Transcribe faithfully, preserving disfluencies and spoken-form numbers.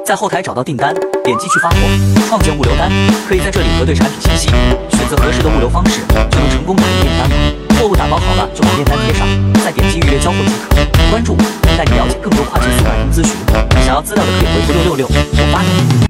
在后台找到订单，点击去发货，创建物流单，可以在这里核对产品信息，选择合适的物流方式，就能成功打印订单了。货物打包好了，就把订单贴上，再点击预约交货即可。关注我，带你了解更多跨境速卖通资讯。想要资料的可以回复六六六，我发给你。